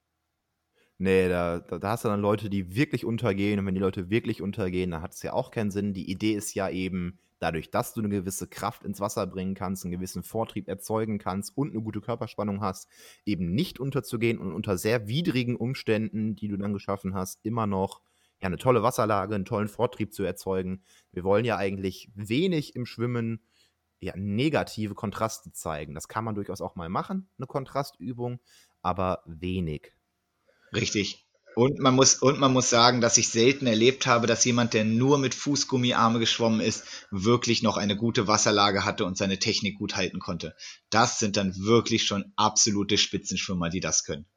Nee, da, da, da hast du dann Leute, die wirklich untergehen. Und wenn die Leute wirklich untergehen, dann hat es ja auch keinen Sinn. Die Idee ist ja eben, dadurch, dass du eine gewisse Kraft ins Wasser bringen kannst, einen gewissen Vortrieb erzeugen kannst und eine gute Körperspannung hast, eben nicht unterzugehen und unter sehr widrigen Umständen, die du dann geschaffen hast, immer noch ja, eine tolle Wasserlage, einen tollen Vortrieb zu erzeugen. Wir wollen ja eigentlich wenig im Schwimmen ja, negative Kontraste zeigen. Das kann man durchaus auch mal machen, eine Kontrastübung, aber wenig. Richtig. Und man muss, und man muss sagen, dass ich selten erlebt habe, dass jemand, der nur mit Fußgummiarme geschwommen ist, wirklich noch eine gute Wasserlage hatte und seine Technik gut halten konnte. Das sind dann wirklich schon absolute Spitzenschwimmer, die das können.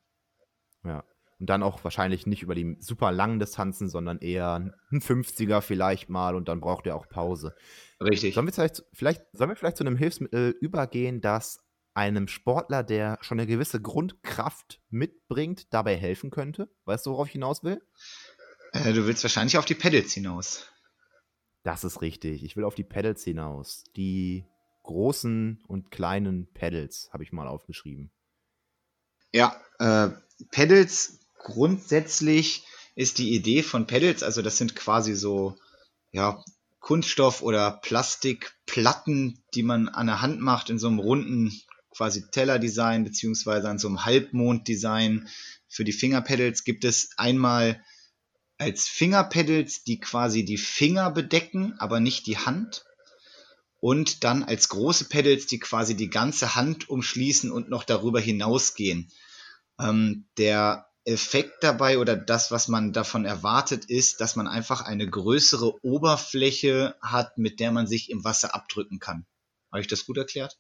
Ja. Und dann auch wahrscheinlich nicht über die super langen Distanzen, sondern eher ein fünfziger vielleicht mal und dann braucht er auch Pause. Sollen Richtig. wir vielleicht, vielleicht, sollen wir vielleicht zu einem Hilfsmittel übergehen, das einem Sportler, der schon eine gewisse Grundkraft mitbringt, dabei helfen könnte? Weißt du, worauf ich hinaus will? Äh, du willst wahrscheinlich auf die Pedals hinaus. Das ist richtig. Ich will auf die Pedals hinaus. Die großen und kleinen Pedals habe ich mal aufgeschrieben. Ja, äh, Pedals grundsätzlich ist die Idee von Pedals, also das sind quasi so, ja, Kunststoff- oder Plastikplatten, die man an der Hand macht in so einem runden quasi Teller-Design beziehungsweise an so einem Halbmond-Design. Für die Fingerpedals gibt es einmal als Fingerpedals, die quasi die Finger bedecken, aber nicht die Hand. Und dann als große Pedals, die quasi die ganze Hand umschließen und noch darüber hinausgehen. Ähm, der Effekt dabei oder das, was man davon erwartet, ist, dass man einfach eine größere Oberfläche hat, mit der man sich im Wasser abdrücken kann. Habe ich das gut erklärt?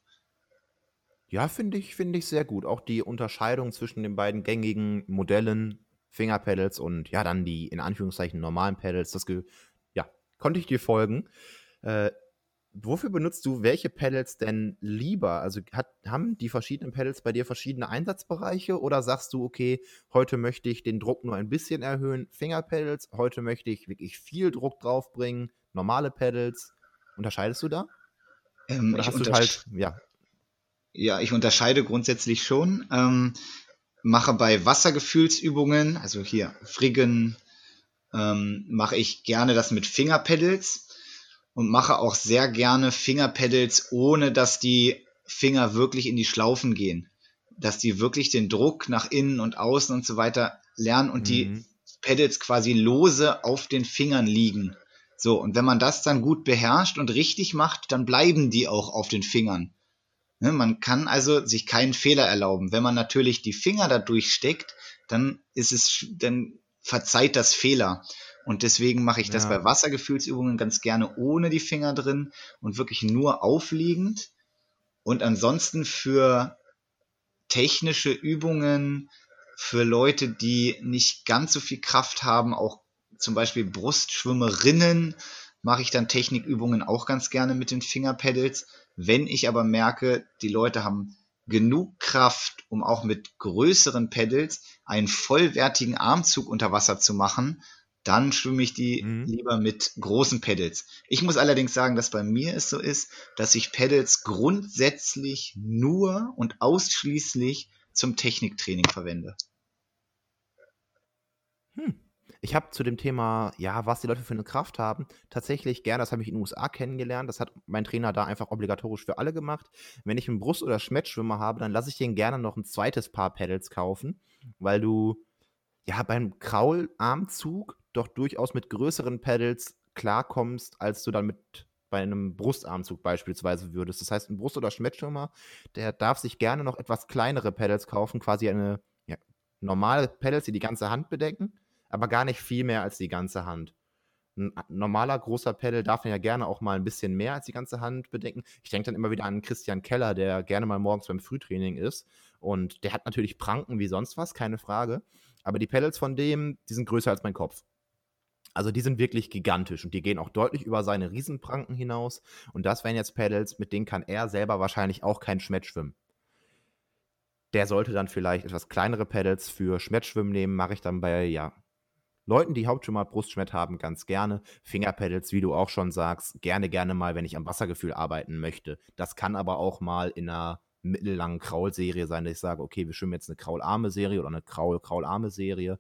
Ja, finde ich, finde ich sehr gut. Auch die Unterscheidung zwischen den beiden gängigen Modellen, Fingerpedals und ja, dann die in Anführungszeichen normalen Pedals, das ge ja, konnte ich dir folgen. Äh, Wofür benutzt du welche Pedals denn lieber? Also hat, haben die verschiedenen Pedals bei dir verschiedene Einsatzbereiche oder sagst du, okay, heute möchte ich den Druck nur ein bisschen erhöhen, Fingerpedals, heute möchte ich wirklich viel Druck draufbringen, normale Pedals. Unterscheidest du da? Ähm, Oder ich, hast du halt, untersch ja, ja, ich unterscheide grundsätzlich schon. Ähm, mache bei Wassergefühlsübungen, also hier Friggen, ähm, mache ich gerne das mit Fingerpedals und mache auch sehr gerne Fingerpedals, ohne dass die Finger wirklich in die Schlaufen gehen. Dass die wirklich den Druck nach innen und außen und so weiter lernen und die mhm. Pedals quasi lose auf den Fingern liegen. So, und wenn man das dann gut beherrscht und richtig macht, dann bleiben die auch auf den Fingern. Ne, man kann also sich keinen Fehler erlauben. Wenn man natürlich die Finger da durchsteckt, dann ist es, dann verzeiht das Fehler. Und deswegen mache ich das Ja, bei Wassergefühlsübungen ganz gerne ohne die Finger drin und wirklich nur aufliegend. Und ansonsten für technische Übungen, für Leute, die nicht ganz so viel Kraft haben, auch zum Beispiel Brustschwimmerinnen, mache ich dann Technikübungen auch ganz gerne mit den Fingerpedals. Wenn ich aber merke, die Leute haben genug Kraft, um auch mit größeren Pedals einen vollwertigen Armzug unter Wasser zu machen, dann schwimme ich die mhm. lieber mit großen Pedals. Ich muss allerdings sagen, dass bei mir es so ist, dass ich Pedals grundsätzlich nur und ausschließlich zum Techniktraining verwende. Hm. Ich habe zu dem Thema, ja, was die Leute für eine Kraft haben, tatsächlich gerne, das habe ich in den U S A kennengelernt, das hat mein Trainer da einfach obligatorisch für alle gemacht. Wenn ich einen Brust- oder Schmettschwimmer habe, dann lasse ich den gerne noch ein zweites Paar Pedals kaufen, weil du, ja, beim Kraularmzug doch durchaus mit größeren Pedals klarkommst, als du dann mit bei einem Brustarmzug beispielsweise würdest. Das heißt, ein Brust- oder Schmettschwimmer, der darf sich gerne noch etwas kleinere Pedals kaufen, quasi eine, ja, normale Pedals, die die ganze Hand bedecken, aber gar nicht viel mehr als die ganze Hand. Ein normaler großer Pedal darf ja gerne auch mal ein bisschen mehr als die ganze Hand bedecken. Ich denke dann immer wieder an Christian Keller, der gerne mal morgens beim Frühtraining ist. Und der hat natürlich Pranken wie sonst was, keine Frage. Aber die Pedals von dem, die sind größer als mein Kopf. Also die sind wirklich gigantisch und die gehen auch deutlich über seine Riesenpranken hinaus. Und das wären jetzt Pedals, mit denen kann er selber wahrscheinlich auch kein Schmettschwimmen. Der sollte dann vielleicht etwas kleinere Pedals für Schmettschwimmen nehmen, mache ich dann bei, ja, Leuten, die Hauptschwimmer Brustschwert haben, ganz gerne. Fingerpedals, wie du auch schon sagst, gerne, gerne mal, wenn ich am Wassergefühl arbeiten möchte. Das kann aber auch mal in einer mittellangen Kraulserie sein, dass ich sage, okay, wir schwimmen jetzt eine kraularme Serie oder eine Kraul-Kraularme Serie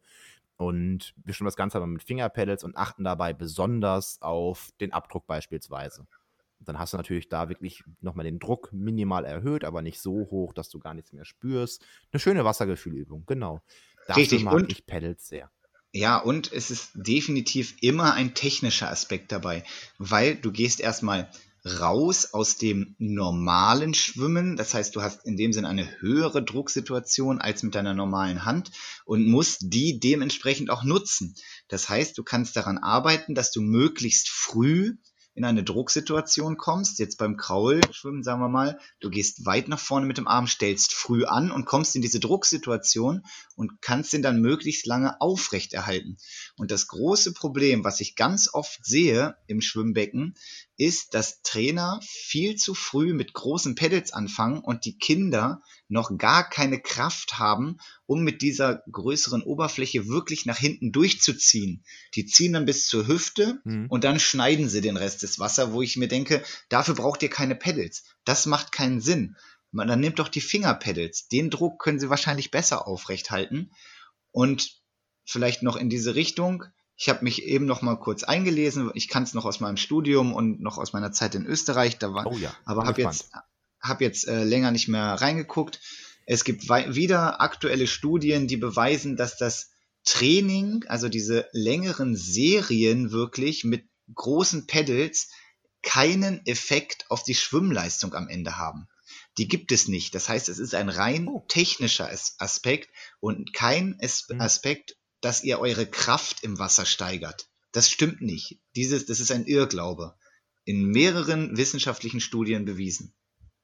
und wir schwimmen das Ganze aber mit Fingerpedals und achten dabei besonders auf den Abdruck beispielsweise. Dann hast du natürlich da wirklich nochmal den Druck minimal erhöht, aber nicht so hoch, dass du gar nichts mehr spürst. Eine schöne Wassergefühlübung, genau. Dafür Richtig. mag Und ich Pedals sehr. ja, und es ist definitiv immer ein technischer Aspekt dabei, weil du gehst erstmal raus aus dem normalen Schwimmen. Das heißt, du hast in dem Sinn eine höhere Drucksituation als mit deiner normalen Hand und musst die dementsprechend auch nutzen. Das heißt, du kannst daran arbeiten, dass du möglichst früh in eine Drucksituation kommst, jetzt beim Kraulschwimmen, sagen wir mal, du gehst weit nach vorne mit dem Arm, stellst früh an und kommst in diese Drucksituation und kannst den dann möglichst lange aufrechterhalten. Und das große Problem, was ich ganz oft sehe im Schwimmbecken, ist, dass Trainer viel zu früh mit großen Pedals anfangen und die Kinder noch gar keine Kraft haben, um mit dieser größeren Oberfläche wirklich nach hinten durchzuziehen. Die ziehen dann bis zur Hüfte Mhm. und dann schneiden sie den Rest des Wassers, wo ich mir denke, dafür braucht ihr keine Pedals. Das macht keinen Sinn. Man, dann nehmt doch die Fingerpedals. Den Druck können sie wahrscheinlich besser aufrechthalten. Und vielleicht noch in diese Richtung. Ich habe mich eben noch mal kurz eingelesen. Ich kann es noch aus meinem Studium und noch aus meiner Zeit in Österreich. Da war, Oh ja, aber bin habe gespannt. jetzt, hab jetzt äh, länger nicht mehr reingeguckt. Es gibt wieder aktuelle Studien, die beweisen, dass das Training, also diese längeren Serien wirklich mit großen Pedals, keinen Effekt auf die Schwimmleistung am Ende haben. Die gibt es nicht. Das heißt, es ist ein rein Oh. technischer Aspekt und kein Mhm. Aspekt, dass ihr eure Kraft im Wasser steigert. Das stimmt nicht. Dieses, das ist ein Irrglaube. In mehreren wissenschaftlichen Studien bewiesen.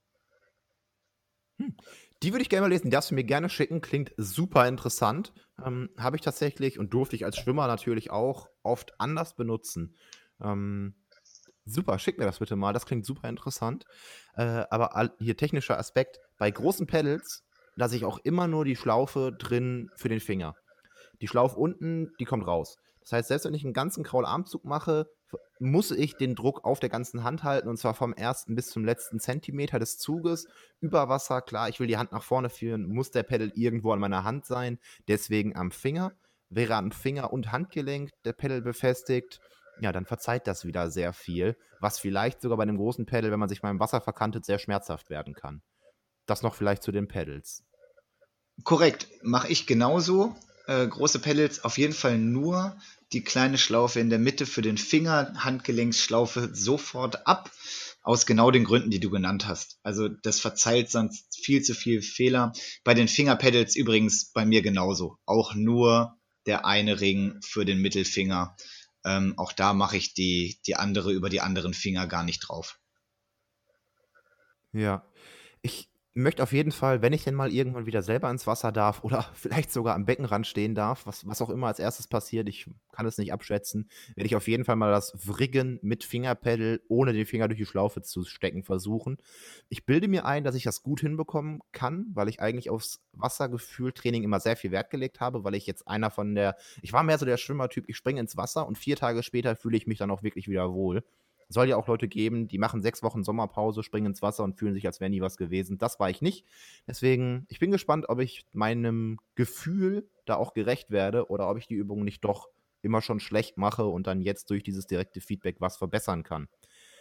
Hm. Die würde ich gerne mal lesen. Die darfst du mir gerne schicken. Klingt super interessant. Ähm, Habe ich tatsächlich und durfte ich als Schwimmer natürlich auch oft anders benutzen. Ähm, super, schick mir das bitte mal. Das klingt super interessant. Äh, aber all, hier technischer Aspekt. Bei großen Pedals lasse ich auch immer nur die Schlaufe drin für den Finger. Die Schlaufe unten, die kommt raus. Das heißt, selbst wenn ich einen ganzen Kraularmzug mache, muss ich den Druck auf der ganzen Hand halten und zwar vom ersten bis zum letzten Zentimeter des Zuges über Wasser. Klar, ich will die Hand nach vorne führen, muss der Pedal irgendwo an meiner Hand sein, deswegen am Finger. Wäre am Finger und Handgelenk der Pedal befestigt, ja, dann verzeiht das wieder sehr viel, was vielleicht sogar bei einem großen Pedal, wenn man sich mal im Wasser verkantet, sehr schmerzhaft werden kann. Das noch vielleicht zu den Pedals. Korrekt, mache ich genauso. Äh, große Pedals auf jeden Fall nur die kleine Schlaufe in der Mitte für den Finger, Handgelenksschlaufe sofort ab, aus genau den Gründen, die du genannt hast. Also das verzeiht sonst viel zu viel Fehler. Bei den Fingerpedals übrigens bei mir genauso. Auch nur der eine Ring für den Mittelfinger. Ähm, auch da mache ich die, die andere über die anderen Finger gar nicht drauf. Ja. Ich möchte auf jeden Fall, wenn ich denn mal irgendwann wieder selber ins Wasser darf oder vielleicht sogar am Beckenrand stehen darf, was, was auch immer als erstes passiert, ich kann es nicht abschätzen, werde ich auf jeden Fall mal das Wriggen mit Fingerpedal, ohne den Finger durch die Schlaufe zu stecken, versuchen. Ich bilde mir ein, dass ich das gut hinbekommen kann, weil ich eigentlich aufs Wassergefühl-Training immer sehr viel Wert gelegt habe, weil ich jetzt einer von der, ich war mehr so der Schwimmertyp, ich springe ins Wasser und vier Tage später fühle ich mich dann auch wirklich wieder wohl. Soll ja auch Leute geben, die machen sechs Wochen Sommerpause, springen ins Wasser und fühlen sich, als wäre nie was gewesen. Das war ich nicht. Deswegen, ich bin gespannt, ob ich meinem Gefühl da auch gerecht werde oder ob ich die Übung nicht doch immer schon schlecht mache und dann jetzt durch dieses direkte Feedback was verbessern kann.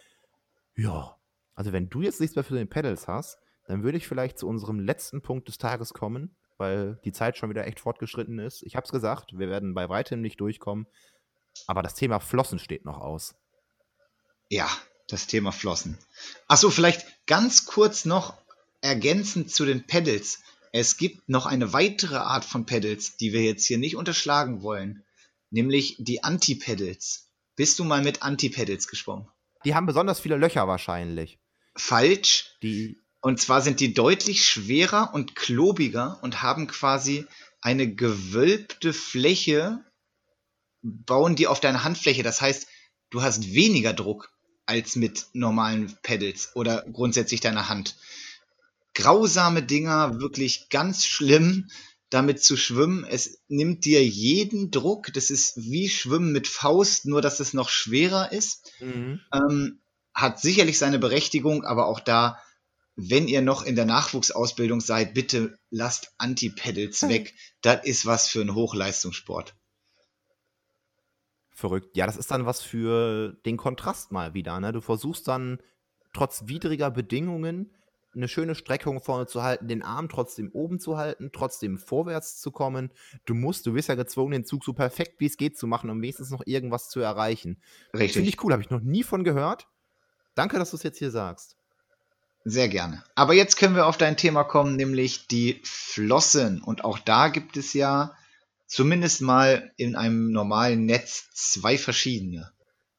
Ja, also wenn du jetzt nichts mehr für den Pedals hast, dann würde ich vielleicht zu unserem letzten Punkt des Tages kommen, weil die Zeit schon wieder echt fortgeschritten ist. Ich habe es gesagt, wir werden bei weitem nicht durchkommen, aber das Thema Flossen steht noch aus. Ja, das Thema Flossen. Achso, vielleicht ganz kurz noch ergänzend zu den Pedals. Es gibt noch eine weitere Art von Pedals, die wir jetzt hier nicht unterschlagen wollen, nämlich die Anti-Pedals. Bist du mal mit Anti-Pedals geschwommen? Die haben besonders viele Löcher wahrscheinlich. Falsch. Die Und zwar sind die deutlich schwerer und klobiger und haben quasi eine gewölbte Fläche, bauen die auf deine Handfläche. Das heißt, du hast weniger Druck als mit normalen Pedals oder grundsätzlich deiner Hand. Grausame Dinger, wirklich ganz schlimm, damit zu schwimmen. Es nimmt dir jeden Druck. Das ist wie Schwimmen mit Faust, nur dass es noch schwerer ist. Mhm. Ähm, hat sicherlich seine Berechtigung, aber auch da, wenn ihr noch in der Nachwuchsausbildung seid, bitte lasst Anti-Pedals weg. Das ist was für einen Hochleistungssport. Verrückt. Ja, das ist dann was für den Kontrast mal wieder, ne? Du versuchst dann trotz widriger Bedingungen eine schöne Streckung vorne zu halten, den Arm trotzdem oben zu halten, trotzdem vorwärts zu kommen. Du musst, du bist ja gezwungen, den Zug so perfekt wie es geht zu machen, um wenigstens noch irgendwas zu erreichen. Richtig. Finde ich cool, habe ich noch nie von gehört. Danke, dass du es jetzt hier sagst. Sehr gerne. Aber jetzt können wir auf dein Thema kommen, nämlich die Flossen. Und auch da gibt es ja zumindest mal in einem normalen Netz zwei verschiedene.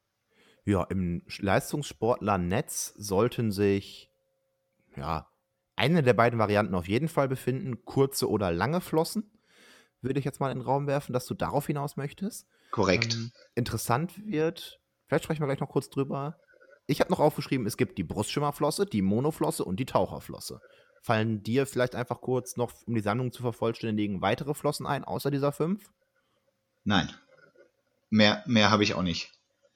Ja, im Leistungssportler-Netz sollten sich, ja, eine der beiden Varianten auf jeden Fall befinden, kurze oder lange Flossen, würde ich jetzt mal in den Raum werfen, dass du darauf hinaus möchtest. Korrekt. Ähm, interessant wird, vielleicht sprechen wir gleich noch kurz drüber. Ich habe noch aufgeschrieben, es gibt die Brustschwimmerflosse, die Monoflosse und die Taucherflosse. Fallen dir vielleicht einfach kurz noch, um die Sammlung zu vervollständigen, weitere Flossen ein, außer dieser fünf? Nein. Mehr, mehr habe ich auch nicht.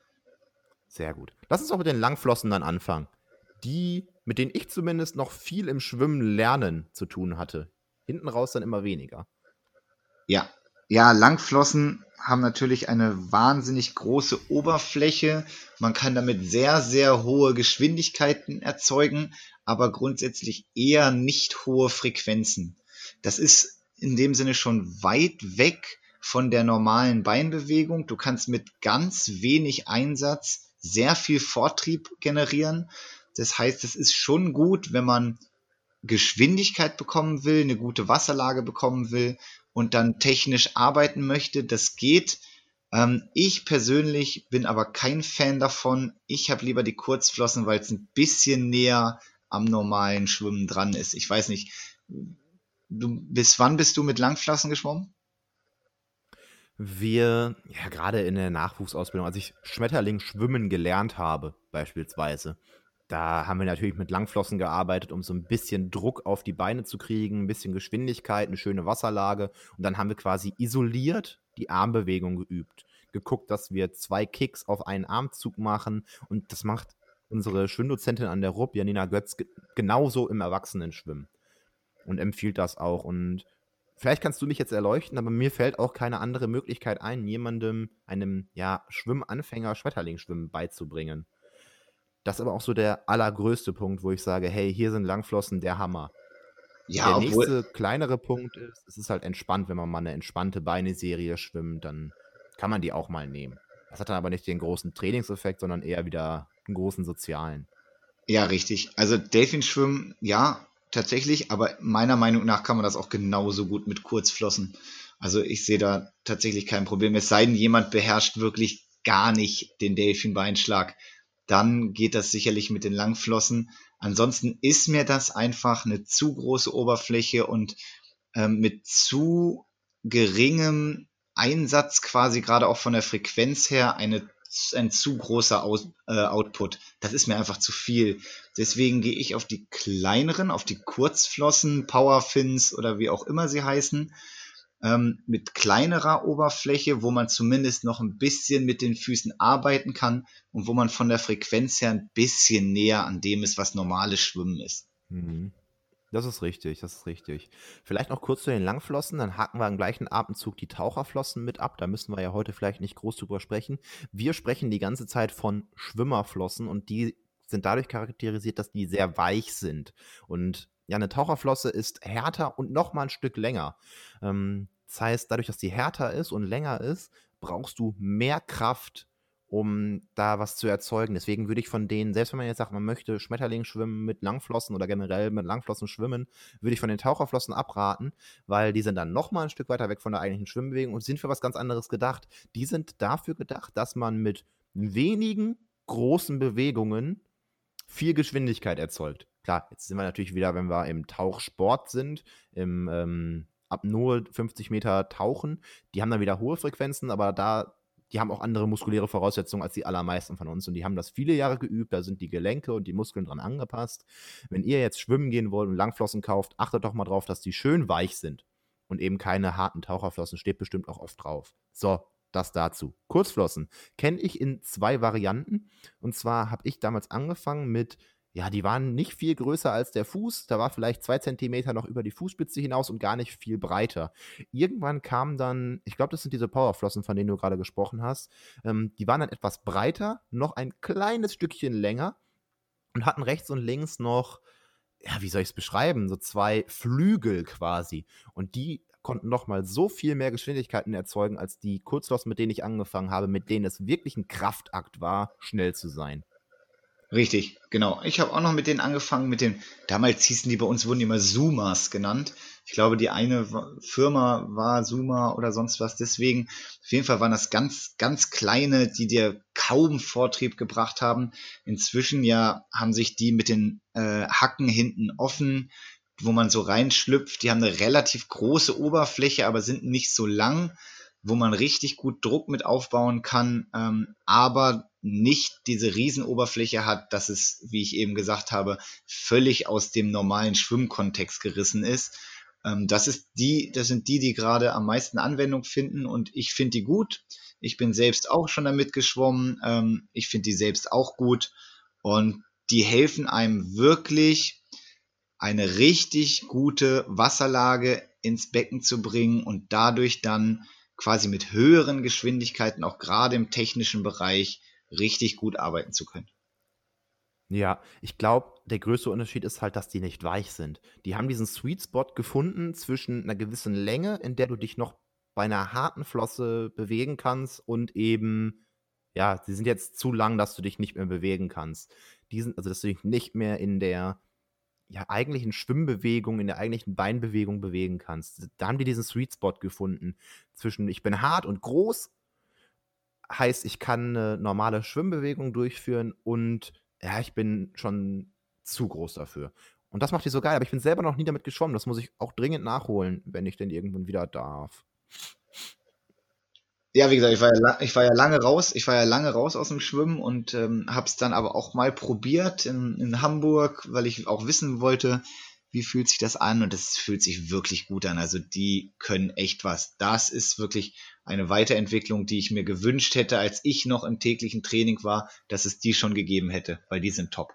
Sehr gut. Lass uns auch mit den Langflossen dann anfangen. Die, mit denen ich zumindest noch viel im Schwimmen lernen zu tun hatte. Hinten raus dann immer weniger. Ja. Ja, Langflossen haben natürlich eine wahnsinnig große Oberfläche. Man kann damit sehr, sehr hohe Geschwindigkeiten erzeugen, aber grundsätzlich eher nicht hohe Frequenzen. Das ist in dem Sinne schon weit weg von der normalen Beinbewegung. Du kannst mit ganz wenig Einsatz sehr viel Vortrieb generieren. Das heißt, es ist schon gut, wenn man Geschwindigkeit bekommen will, eine gute Wasserlage bekommen will und dann technisch arbeiten möchte. Das geht. Ähm, ich persönlich bin aber kein Fan davon. Ich habe lieber die Kurzflossen, weil es ein bisschen näher am normalen Schwimmen dran ist. Ich weiß nicht, du, bis wann bist du mit Langflossen geschwommen? Wir, ja, gerade in der Nachwuchsausbildung, als ich Schmetterling schwimmen gelernt habe, beispielsweise, da haben wir natürlich mit Langflossen gearbeitet, um so ein bisschen Druck auf die Beine zu kriegen, ein bisschen Geschwindigkeit, eine schöne Wasserlage. Und dann haben wir quasi isoliert die Armbewegung geübt. Geguckt, dass wir zwei Kicks auf einen Armzug machen. Und das macht unsere Schwimmdozentin an der R U B, Janina Götz, ge- genauso im Erwachsenenschwimmen. Und empfiehlt das auch. Und vielleicht kannst du mich jetzt erleuchten, aber mir fällt auch keine andere Möglichkeit ein, jemandem, einem ja, Schwimmanfänger Schmetterlingsschwimmen beizubringen. Das ist aber auch so der allergrößte Punkt, wo ich sage, hey, hier sind Langflossen der Hammer. Ja, Der obwohl, nächste kleinere Punkt ist, es ist halt entspannt, wenn man mal eine entspannte Beineserie schwimmt, dann kann man die auch mal nehmen. Das hat dann aber nicht den großen Trainingseffekt, sondern eher wieder einen großen sozialen. ja, richtig. Also Delfinschwimmen, ja, tatsächlich, aber meiner Meinung nach kann man das auch genauso gut mit Kurzflossen. Also ich sehe da tatsächlich kein Problem. Es sei denn, jemand beherrscht wirklich gar nicht den Delfinbeinschlag. Dann geht das sicherlich mit den Langflossen. Ansonsten ist mir das einfach eine zu große Oberfläche und ähm, mit zu geringem Einsatz quasi, gerade auch von der Frequenz her, eine, ein zu großer Aus, äh, Output. Das ist mir einfach zu viel. Deswegen gehe ich auf die kleineren, auf die Kurzflossen, Powerfins oder wie auch immer sie heißen, ähm, mit kleinerer Oberfläche, wo man zumindest noch ein bisschen mit den Füßen arbeiten kann und wo man von der Frequenz her ein bisschen näher an dem ist, was normales Schwimmen ist. Mhm. Das ist richtig, das ist richtig. Vielleicht noch kurz zu den Langflossen, dann haken wir im gleichen Atemzug die Taucherflossen mit ab. Da müssen wir ja heute vielleicht nicht groß drüber sprechen. Wir sprechen die ganze Zeit von Schwimmerflossen und die sind dadurch charakterisiert, dass die sehr weich sind. Und ja, eine Taucherflosse ist härter und noch mal ein Stück länger. Ähm, das heißt, dadurch, dass die härter ist und länger ist, brauchst du mehr Kraft, um da was zu erzeugen. Deswegen würde ich von denen, selbst wenn man jetzt sagt, man möchte Schmetterling schwimmen mit Langflossen oder generell mit Langflossen schwimmen, würde ich von den Taucherflossen abraten, weil die sind dann noch mal ein Stück weiter weg von der eigentlichen Schwimmbewegung und sind für was ganz anderes gedacht. Die sind dafür gedacht, dass man mit wenigen großen Bewegungen viel Geschwindigkeit erzeugt. Klar, jetzt sind wir natürlich wieder, wenn wir im Tauchsport sind, im ähm, Apnoe fünfzig Meter tauchen, die haben dann wieder hohe Frequenzen, aber da die haben auch andere muskuläre Voraussetzungen als die allermeisten von uns und die haben das viele Jahre geübt, da sind die Gelenke und die Muskeln dran angepasst. Wenn ihr jetzt schwimmen gehen wollt und Langflossen kauft, achtet doch mal drauf, dass die schön weich sind und eben keine harten Taucherflossen, steht bestimmt auch oft drauf. So, das dazu. Kurzflossen kenne ich in zwei Varianten und zwar habe ich damals angefangen mit, ja, die waren nicht viel größer als der Fuß, da war vielleicht zwei Zentimeter noch über die Fußspitze hinaus und gar nicht viel breiter. Irgendwann kam dann, ich glaube, das sind diese Powerflossen, von denen du gerade gesprochen hast, ähm, die waren dann etwas breiter, noch ein kleines Stückchen länger und hatten rechts und links noch, ja, wie soll ich es beschreiben, so zwei Flügel quasi. Und die konnten noch mal so viel mehr Geschwindigkeiten erzeugen, als die Kurzflossen, mit denen ich angefangen habe, mit denen es wirklich ein Kraftakt war, schnell zu sein. Richtig, genau. Ich habe auch noch mit denen angefangen, mit den, damals hießen die bei uns, wurden die immer Sumas genannt. Ich glaube, die eine wa- Firma war Suma oder sonst was. Deswegen, auf jeden Fall waren das ganz, ganz kleine, die dir kaum Vortrieb gebracht haben. Inzwischen ja haben sich die mit den äh, Hacken hinten offen, wo man so reinschlüpft. Die haben eine relativ große Oberfläche, aber sind nicht so lang, wo man richtig gut Druck mit aufbauen kann, ähm, aber nicht diese Riesenoberfläche hat, dass es, wie ich eben gesagt habe, völlig aus dem normalen Schwimmkontext gerissen ist. Ähm, das ist die, das sind die, die gerade am meisten Anwendung finden und ich finde die gut. Ich bin selbst auch schon damit geschwommen. Ähm, ich finde die selbst auch gut und die helfen einem wirklich, eine richtig gute Wasserlage ins Becken zu bringen und dadurch dann quasi mit höheren Geschwindigkeiten, auch gerade im technischen Bereich, richtig gut arbeiten zu können. Ja, ich glaube, der größte Unterschied ist halt, dass die nicht weich sind. Die haben diesen Sweet Spot gefunden zwischen einer gewissen Länge, in der du dich noch bei einer harten Flosse bewegen kannst und eben, ja, sie sind jetzt zu lang, dass du dich nicht mehr bewegen kannst. Die sind, also dass du dich nicht mehr in der ja, eigentlichen Schwimmbewegung, in der eigentlichen Beinbewegung bewegen kannst. Da haben die diesen Sweet Spot gefunden zwischen ich bin hart und groß, heißt, ich kann eine normale Schwimmbewegung durchführen und ja, ich bin schon zu groß dafür. Und das macht die so geil, aber ich bin selber noch nie damit geschwommen. Das muss ich auch dringend nachholen, wenn ich denn irgendwann wieder darf. Ja, wie gesagt, ich war ja, la- ich war ja lange raus, ich war ja lange raus aus dem Schwimmen und ähm, habe es dann aber auch mal probiert in, in Hamburg, weil ich auch wissen wollte, wie fühlt sich das an und es fühlt sich wirklich gut an. Also die können echt was. Das ist wirklich eine Weiterentwicklung, die ich mir gewünscht hätte, als ich noch im täglichen Training war, dass es die schon gegeben hätte, weil die sind top.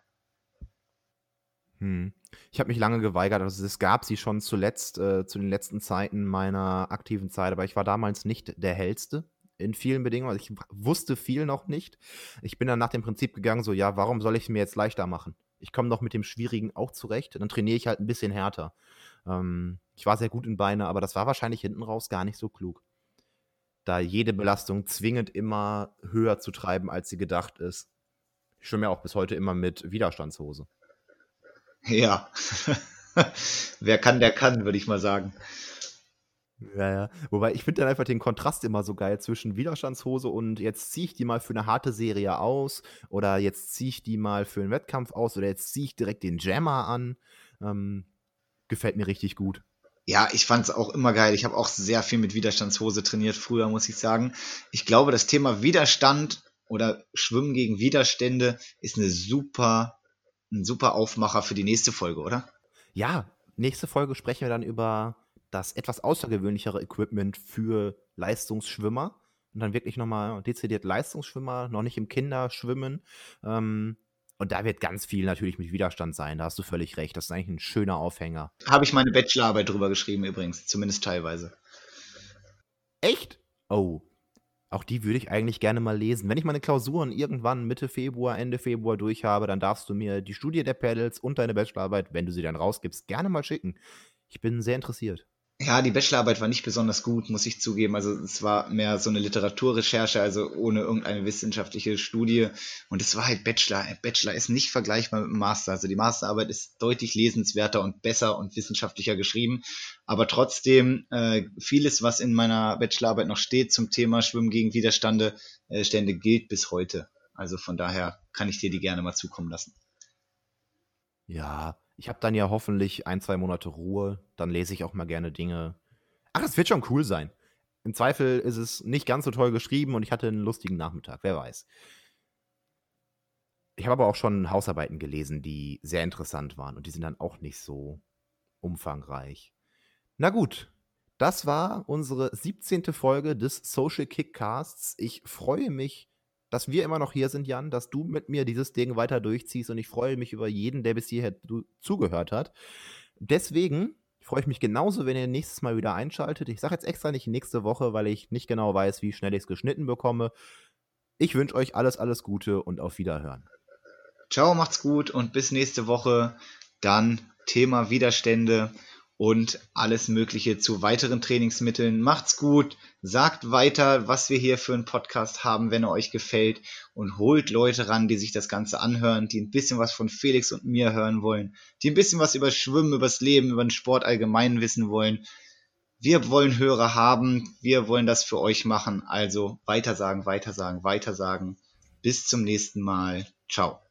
Hm. Ich habe mich lange geweigert. Also es gab sie schon zuletzt, äh, zu den letzten Zeiten meiner aktiven Zeit, aber ich war damals nicht der Hellste in vielen Bedingungen. Also ich wusste viel noch nicht. Ich bin dann nach dem Prinzip gegangen, so, ja, warum soll ich es mir jetzt leichter machen? Ich komme doch mit dem Schwierigen auch zurecht. Dann trainiere ich halt ein bisschen härter. Ähm, ich war sehr gut in Beine, aber das war wahrscheinlich hinten raus gar nicht so klug, da jede Belastung zwingend immer höher zu treiben, als sie gedacht ist. Ich schwimme ja auch bis heute immer mit Widerstandshose. Ja. Wer kann, der kann, würde ich mal sagen. Ja, ja. Wobei ich finde dann einfach den Kontrast immer so geil zwischen Widerstandshose und jetzt ziehe ich die mal für eine harte Serie aus oder jetzt ziehe ich die mal für einen Wettkampf aus oder jetzt ziehe ich direkt den Jammer an. Ähm, gefällt mir richtig gut. Ja, ich fand es auch immer geil. Ich habe auch sehr viel mit Widerstandshose trainiert früher, muss ich sagen. Ich glaube, das Thema Widerstand oder Schwimmen gegen Widerstände ist eine super, ein super Aufmacher für die nächste Folge, oder? Ja, nächste Folge sprechen wir dann über das etwas außergewöhnlichere Equipment für Leistungsschwimmer und dann wirklich nochmal dezidiert Leistungsschwimmer, noch nicht im Kinderschwimmen. Ähm, Und da wird ganz viel natürlich mit Widerstand sein, da hast du völlig recht. Das ist eigentlich ein schöner Aufhänger. Habe ich meine Bachelorarbeit drüber geschrieben übrigens, zumindest teilweise. Echt? Oh, auch die würde ich eigentlich gerne mal lesen. Wenn ich meine Klausuren irgendwann Mitte Februar, Ende Februar durch habe, dann darfst du mir die Studie der Pedals und deine Bachelorarbeit, wenn du sie dann rausgibst, gerne mal schicken. Ich bin sehr interessiert. Ja, die Bachelorarbeit war nicht besonders gut, muss ich zugeben. Also es war mehr so eine Literaturrecherche, also ohne irgendeine wissenschaftliche Studie. Und es war halt Bachelor. Bachelor ist nicht vergleichbar mit dem Master. Also die Masterarbeit ist deutlich lesenswerter und besser und wissenschaftlicher geschrieben. Aber trotzdem, äh, vieles, was in meiner Bachelorarbeit noch steht zum Thema Schwimmen gegen Widerstände, äh, Stände, gilt bis heute. Also von daher kann ich dir die gerne mal zukommen lassen. Ja, ich habe dann ja hoffentlich ein, zwei Monate Ruhe. Dann lese ich auch mal gerne Dinge. Ach, das wird schon cool sein. Im Zweifel ist es nicht ganz so toll geschrieben und ich hatte einen lustigen Nachmittag, wer weiß. Ich habe aber auch schon Hausarbeiten gelesen, die sehr interessant waren und die sind dann auch nicht so umfangreich. Na gut, das war unsere siebzehnte Folge des Social Kickcasts. Ich freue mich, dass wir immer noch hier sind, Jan, dass du mit mir dieses Ding weiter durchziehst und ich freue mich über jeden, der bis hierher du- zugehört hat. Deswegen freue ich mich genauso, wenn ihr nächstes Mal wieder einschaltet. Ich sage jetzt extra nicht nächste Woche, weil ich nicht genau weiß, wie schnell ich es geschnitten bekomme. Ich wünsche euch alles, alles Gute und auf Wiederhören. Ciao, macht's gut und bis nächste Woche. Dann Thema Widerstände und alles Mögliche zu weiteren Trainingsmitteln. Macht's gut, sagt weiter, was wir hier für einen Podcast haben, wenn er euch gefällt und holt Leute ran, die sich das Ganze anhören, die ein bisschen was von Felix und mir hören wollen, die ein bisschen was über Schwimmen, übers Leben, über den Sport allgemein wissen wollen. Wir wollen Hörer haben, wir wollen das für euch machen, also weitersagen, weitersagen, weitersagen. Bis zum nächsten Mal. Ciao.